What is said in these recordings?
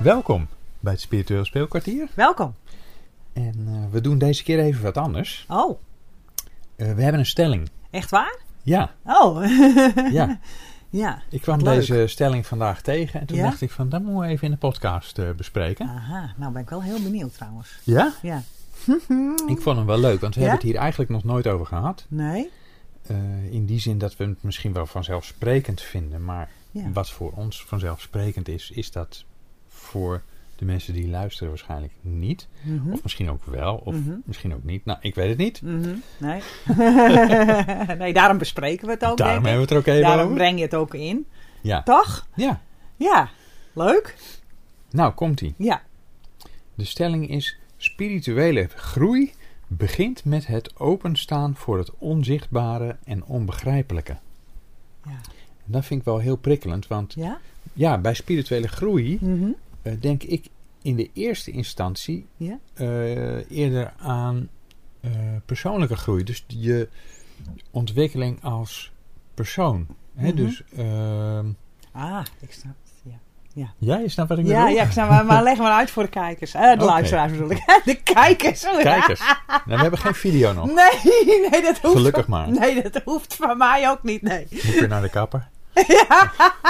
Welkom bij het Spiritueel Speelkwartier. Welkom. En we doen deze keer even wat anders. Oh. We hebben een stelling. Echt waar? Ja. Oh. Ja. Ja. Ik kwam deze stelling vandaag tegen en toen dacht ik van, dat moeten we even in de podcast bespreken. Aha, nou ben ik wel heel benieuwd trouwens. Ja? Ja. Ik vond hem wel leuk, want we hebben het hier eigenlijk nog nooit over gehad. Nee? In die zin dat we het misschien wel vanzelfsprekend vinden, maar wat voor ons vanzelfsprekend is dat voor de mensen die luisteren waarschijnlijk niet. Mm-hmm. Of misschien ook wel, of misschien ook niet. Nou, ik weet het niet. Mm-hmm. Nee. Nee, daarom bespreken we het ook. Daarom hebben we het er ook even over. Daarom breng je het ook in. Ja. Toch? Ja. Ja, leuk. Nou, komt-ie. Ja. De stelling is: spirituele groei begint met het openstaan voor het onzichtbare en onbegrijpelijke. Ja. En dat vind ik wel heel prikkelend, want bij spirituele groei denk ik in de eerste instantie eerder aan persoonlijke groei. Dus je ontwikkeling als persoon. Hè? Dus, ik snap het. Ja. Ja, je snapt wat ik bedoel? Ja, ik snap maar leg maar uit voor de kijkers. De luisteraars bedoel ik. De kijkers. Kijkers. Nou, we hebben geen video nog. Nee, dat hoeft. Gelukkig maar. Nee, dat hoeft van mij ook niet, nee. Moet je naar de kapper? Ja.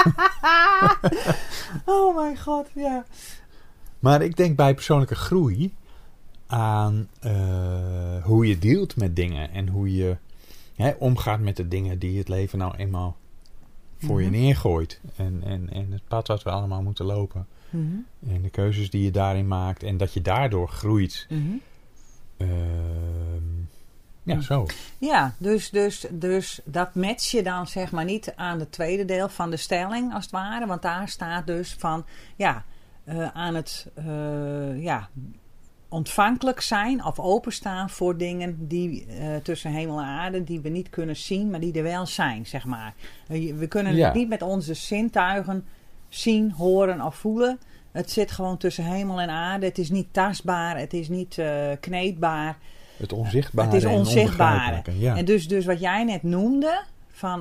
Oh mijn god, ja. Maar ik denk bij persoonlijke groei aan hoe je dealt met dingen en hoe je omgaat met de dingen die het leven nou eenmaal voor je neergooit. En het pad wat we allemaal moeten lopen. Mm-hmm. En de keuzes die je daarin maakt. En dat je daardoor groeit. Mm-hmm. Zo. Ja, dus dat match je dan zeg maar niet aan het tweede deel van de stelling als het ware. Want daar staat dus van aan het ontvankelijk zijn of openstaan voor dingen die tussen hemel en aarde die we niet kunnen zien, maar die er wel zijn, zeg maar. We kunnen het niet met onze zintuigen zien, horen of voelen. Het zit gewoon tussen hemel en aarde. Het is niet tastbaar, het is niet kneedbaar. Het onzichtbare. Het is onzichtbare. Ja. En dus wat jij net noemde, van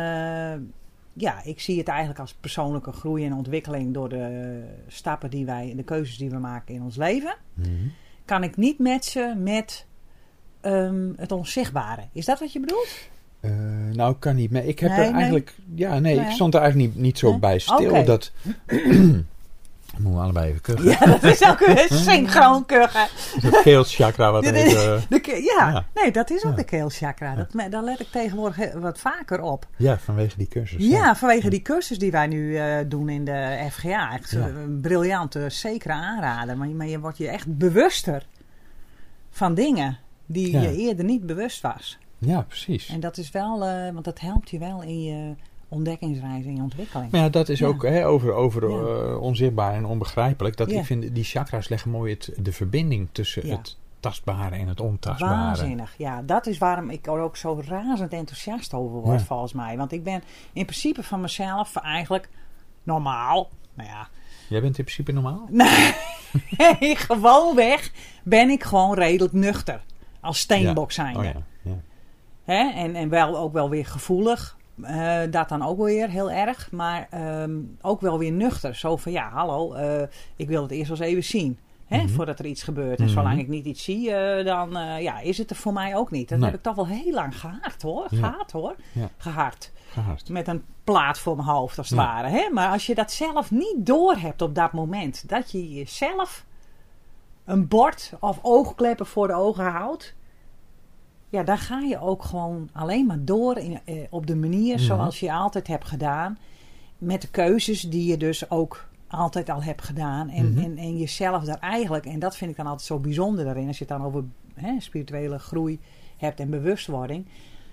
ik zie het eigenlijk als persoonlijke groei en ontwikkeling door de stappen de keuzes die we maken in ons leven. Mm-hmm. Kan ik niet matchen met het onzichtbare. Is dat wat je bedoelt? Nou, kan niet. Maar ik heb eigenlijk... Ik stond er eigenlijk niet zo bij stil. Okay. Dat... Moeten we allebei even kuchen. Ja, dat is ook een synchroon kuchen. Het keelchakra wat even... Nee, dat is ook de keelchakra. Daar let ik tegenwoordig wat vaker op. Ja, vanwege die cursus. Ja, vanwege die cursus die wij nu doen in de FGA. Echt een briljante, zekere aanrader. Maar je wordt je echt bewuster van dingen die je eerder niet bewust was. Ja, precies. En dat is wel... want dat helpt je wel in je ontdekkingsreis en je ontwikkeling. Maar dat is ook over onzichtbaar en onbegrijpelijk. Dat ik vind, die chakras leggen mooi de verbinding tussen het tastbare en het ontastbare. Waanzinnig, ja. Dat is waarom ik er ook zo razend enthousiast over word, volgens mij. Want ik ben in principe van mezelf eigenlijk normaal. Nou ja. Jij bent in principe normaal? Nee, gewoonweg ben ik gewoon redelijk nuchter. Als steenbok zijnde. Oh ja. Hè? En wel ook wel weer gevoelig. Dat dan ook weer heel erg. Maar ook wel weer nuchter. Zo van hallo, ik wil het eerst wel eens even zien. Hè, voordat er iets gebeurt. En zolang ik niet iets zie, dan is het er voor mij ook niet. Dat heb ik toch wel heel lang gehard hoor. Gehard. Met een plaat voor mijn hoofd als het ware. Hè? Maar als je dat zelf niet doorhebt op dat moment. Dat je jezelf een bord of oogkleppen voor de ogen houdt. Ja, dan ga je ook gewoon alleen maar door op de manier zoals je altijd hebt gedaan. Met de keuzes die je dus ook altijd al hebt gedaan. En jezelf daar eigenlijk, en dat vind ik dan altijd zo bijzonder daarin. Als je het dan over spirituele groei hebt en bewustwording.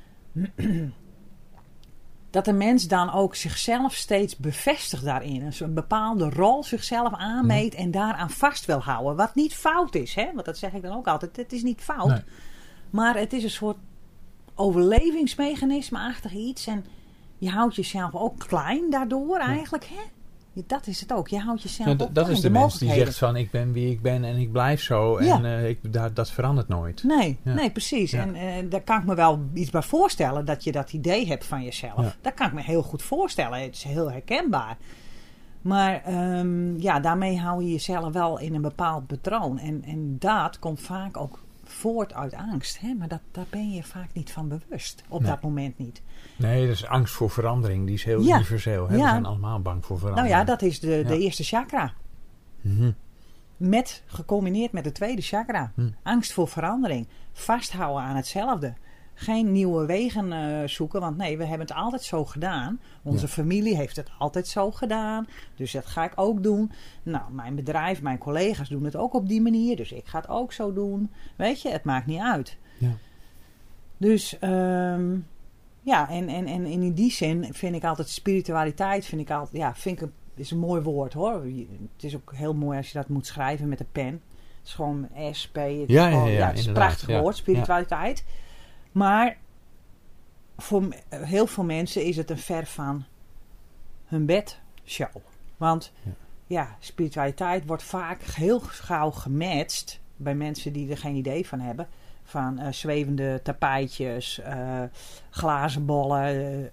Dat de mens dan ook zichzelf steeds bevestigt daarin. Dus een bepaalde rol zichzelf aanmeet en daaraan vast wil houden. Wat niet fout is, hè? Want dat zeg ik dan ook altijd. Het is niet fout. Nee. Maar het is een soort overlevingsmechanisme-achtig iets. En je houdt jezelf ook klein daardoor eigenlijk. Hè? Dat is het ook. Je houdt jezelf ook klein. Dat is de mens die zegt van ik ben wie ik ben en ik blijf zo. En dat verandert nooit. Nee, precies. Ja. En daar kan ik me wel iets bij voorstellen. Dat je dat idee hebt van jezelf. Ja. Dat kan ik me heel goed voorstellen. Het is heel herkenbaar. Maar daarmee hou je jezelf wel in een bepaald patroon. En dat komt vaak ook voort uit angst. Hè? Maar daar ben je vaak niet van bewust. Op dat moment niet. Nee, dus angst voor verandering. Die is heel universeel. Hè? We zijn allemaal bang voor verandering. Nou ja, dat is de eerste chakra. Mm-hmm. Gecombineerd met de tweede chakra. Angst voor verandering. Vasthouden aan hetzelfde. Geen nieuwe wegen zoeken. Want nee, we hebben het altijd zo gedaan. Onze familie heeft het altijd zo gedaan. Dus dat ga ik ook doen. Nou, mijn bedrijf, mijn collega's doen het ook op die manier. Dus ik ga het ook zo doen. Weet je, het maakt niet uit. Ja. Dus en in die zin vind ik altijd spiritualiteit is een mooi woord hoor. Het is ook heel mooi als je dat moet schrijven met een pen. Het is gewoon SP. Het is een prachtig woord, spiritualiteit. Ja. Maar voor heel veel mensen is het een ver van hun bed show. Want spiritualiteit wordt vaak heel gauw gematcht bij mensen die er geen idee van hebben. Van zwevende tapijtjes, glazen bollen.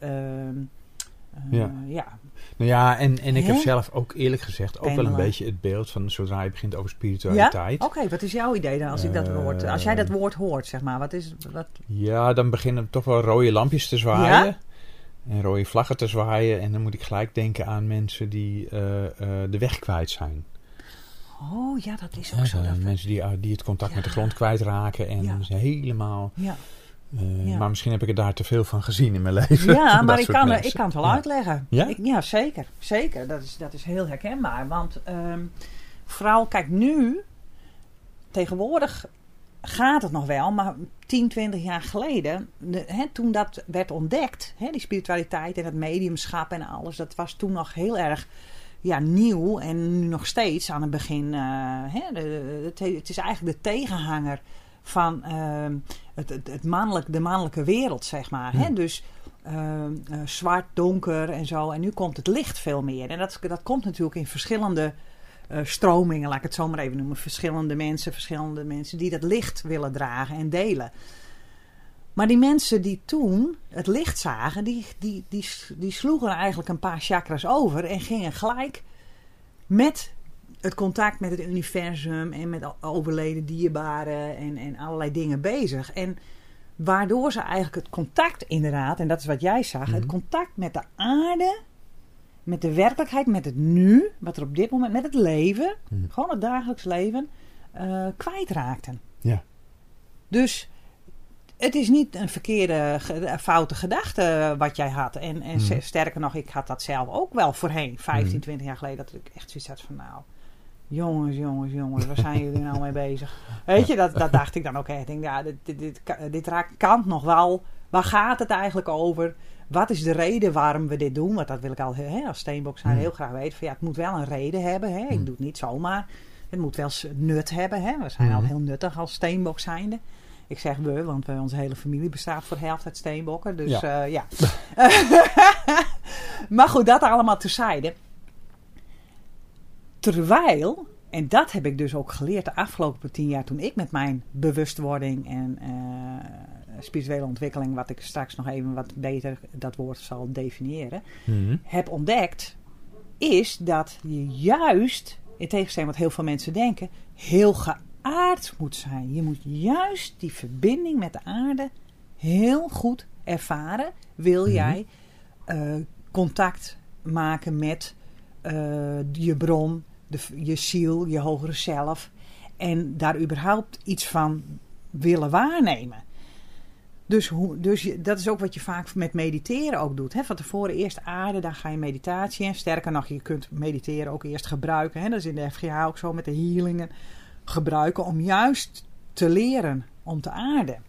Nou ja, en ik heb zelf ook eerlijk gezegd ook wel een beetje het beeld van zodra je begint over spiritualiteit. Ja? Oké, wat is jouw idee dan als jij dat woord hoort, zeg maar? Wat? Ja, dan beginnen toch wel rode lampjes te zwaaien. Ja? En rode vlaggen te zwaaien. En dan moet ik gelijk denken aan mensen die de weg kwijt zijn. Oh ja, dat is ook zo. Mensen die het contact met de grond kwijtraken en ze helemaal... Ja. Maar misschien heb ik er daar te veel van gezien in mijn leven. Ja, maar ik kan het wel uitleggen. Ja? Zeker. Zeker. Dat is heel herkenbaar. Want vooral, kijk nu, tegenwoordig gaat het nog wel, maar 10, 20 jaar geleden, toen dat werd ontdekt, die spiritualiteit en het mediumschap en alles, dat was toen nog heel erg nieuw en nu nog steeds aan het begin. Het is eigenlijk de tegenhanger van de mannelijke wereld, zeg maar. Hè? Dus zwart, donker en zo. En nu komt het licht veel meer. En dat komt natuurlijk in verschillende stromingen, laat ik het zo maar even noemen. Verschillende mensen die dat licht willen dragen en delen. Maar die mensen die toen het licht zagen, die sloegen eigenlijk een paar chakras over en gingen gelijk met het contact met het universum en met overleden dierbaren en allerlei dingen bezig. En waardoor ze eigenlijk het contact inderdaad, en dat is wat jij zag, het contact met de aarde, met de werkelijkheid, met het nu, wat er op dit moment, met het leven, gewoon het dagelijks leven, kwijtraakten. Ja. Dus het is niet een foute gedachte wat jij had. En sterker nog, ik had dat zelf ook wel voorheen, 15, 20 jaar geleden, dat ik echt zoiets had van jongens, waar zijn jullie nou mee bezig? Weet je, dat dacht ik dan ook. Ik denk, dit kan nog wel. Waar gaat het eigenlijk over? Wat is de reden waarom we dit doen? Want dat wil ik al als steenbok zijn heel graag weten. Van, het moet wel een reden hebben. Hè? Ik doe het niet zomaar. Het moet wel nut hebben. Hè? We zijn al heel nuttig als steenbok zijnde. Ik zeg we, want onze hele familie bestaat voor de helft uit steenbokken. Dus maar goed, dat allemaal terzijde. Terwijl, en dat heb ik dus ook geleerd de afgelopen 10 jaar toen ik met mijn bewustwording en spirituele ontwikkeling, wat ik straks nog even wat beter dat woord zal definiëren, heb ontdekt, is dat je juist, in tegenstelling wat heel veel mensen denken, heel geaard moet zijn. Je moet juist die verbinding met de aarde heel goed ervaren. Wil jij contact maken met je bron, je ziel, je hogere zelf. En daar überhaupt iets van willen waarnemen. Dus dat is ook wat je vaak met mediteren ook doet. Hè? Van tevoren eerst aarde, dan ga je meditatie in. Sterker nog, je kunt mediteren ook eerst gebruiken. Hè? Dat is in de FGH ook zo met de healingen. Gebruiken om juist te leren om te aarden.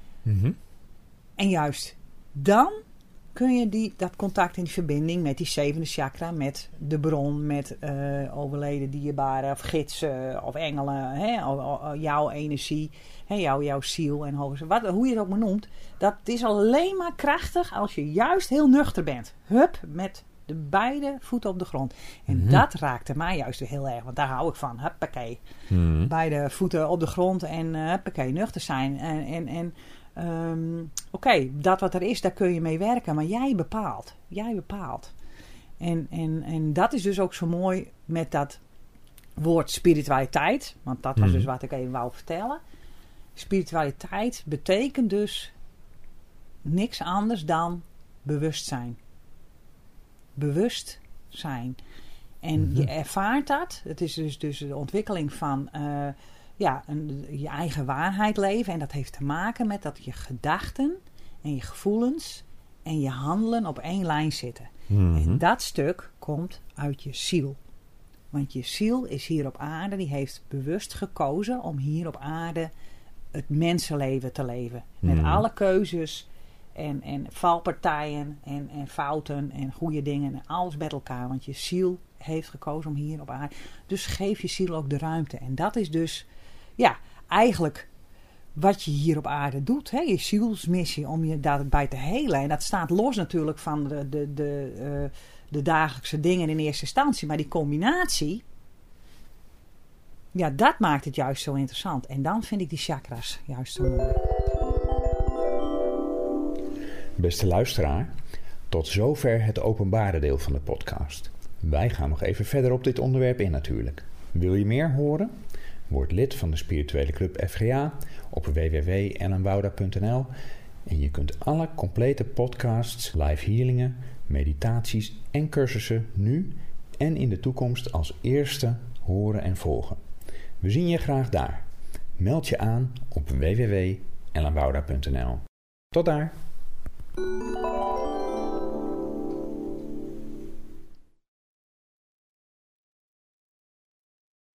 En juist dan kun je dat contact en die verbinding met die 7e chakra, met de bron, met overleden dierbaren of gidsen of engelen, jouw energie, jouw ziel en hoe je het ook maar noemt. Dat is alleen maar krachtig als je juist heel nuchter bent. Met de beide voeten op de grond. En dat raakte mij juist heel erg, want daar hou ik van. Huppakee. Beide voeten op de grond en huppakee, nuchter zijn. Oké, dat wat er is, daar kun je mee werken. Maar jij bepaalt. En dat is dus ook zo mooi met dat woord spiritualiteit. Want dat was dus wat ik even wou vertellen. Spiritualiteit betekent dus niks anders dan bewustzijn. Bewustzijn. En je ervaart dat. Het is dus de ontwikkeling van je eigen waarheid leven. En dat heeft te maken met dat je gedachten en je gevoelens en je handelen op één lijn zitten. En dat stuk komt uit je ziel. Want je ziel is hier op aarde, die heeft bewust gekozen om hier op aarde het mensenleven te leven. Met alle keuzes en valpartijen en fouten en goede dingen en alles bij elkaar. Want je ziel heeft gekozen om hier op aarde. Dus geef je ziel ook de ruimte. En dat is dus eigenlijk wat je hier op aarde doet. Hè? Je zielsmissie om je daarbij te helen. En dat staat los natuurlijk van de dagelijkse dingen in eerste instantie. Maar die combinatie, dat maakt het juist zo interessant. En dan vind ik die chakras juist zo mooi. Beste luisteraar, tot zover het openbare deel van de podcast. Wij gaan nog even verder op dit onderwerp in natuurlijk. Wil je meer horen? Word lid van de spirituele club FGA op www.ellenwouda.nl en je kunt alle complete podcasts, live healingen, meditaties en cursussen nu en in de toekomst als eerste horen en volgen. We zien je graag daar. Meld je aan op www.ellenwouda.nl. Tot daar!